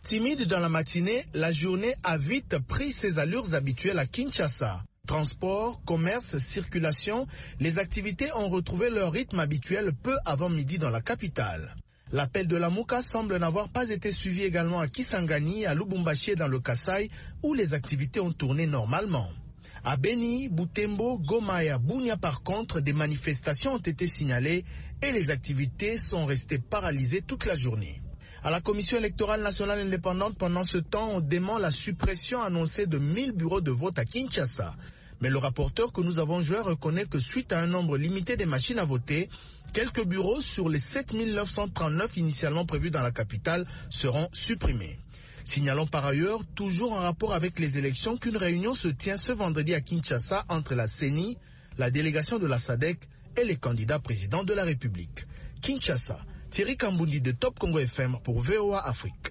Timide dans la matinée, la journée a vite pris ses allures habituelles à Kinshasa. Transport, commerce, circulation, les activités ont retrouvé leur rythme habituel peu avant midi dans la capitale. L'appel de la Mouka semble n'avoir pas été suivi également à Kisangani, à Lubumbashi et dans le Kasaï, où les activités ont tourné normalement. À Beni, Butembo, Goma et à Bunia par contre, des manifestations ont été signalées et les activités sont restées paralysées toute la journée. À la Commission électorale nationale indépendante, pendant ce temps, on dément la suppression annoncée de 1000 bureaux de vote à Kinshasa. Mais le rapporteur que nous avons joué reconnaît que suite à un nombre limité de machines à voter, quelques bureaux sur les 7939 initialement prévus dans la capitale seront supprimés. Signalons par ailleurs, toujours en rapport avec les élections, qu'une réunion se tient ce vendredi à Kinshasa entre la CENI, la délégation de la SADC et les candidats présidents de la République. Kinshasa, Thierry Kambundi de Top Congo FM pour VOA Afrique.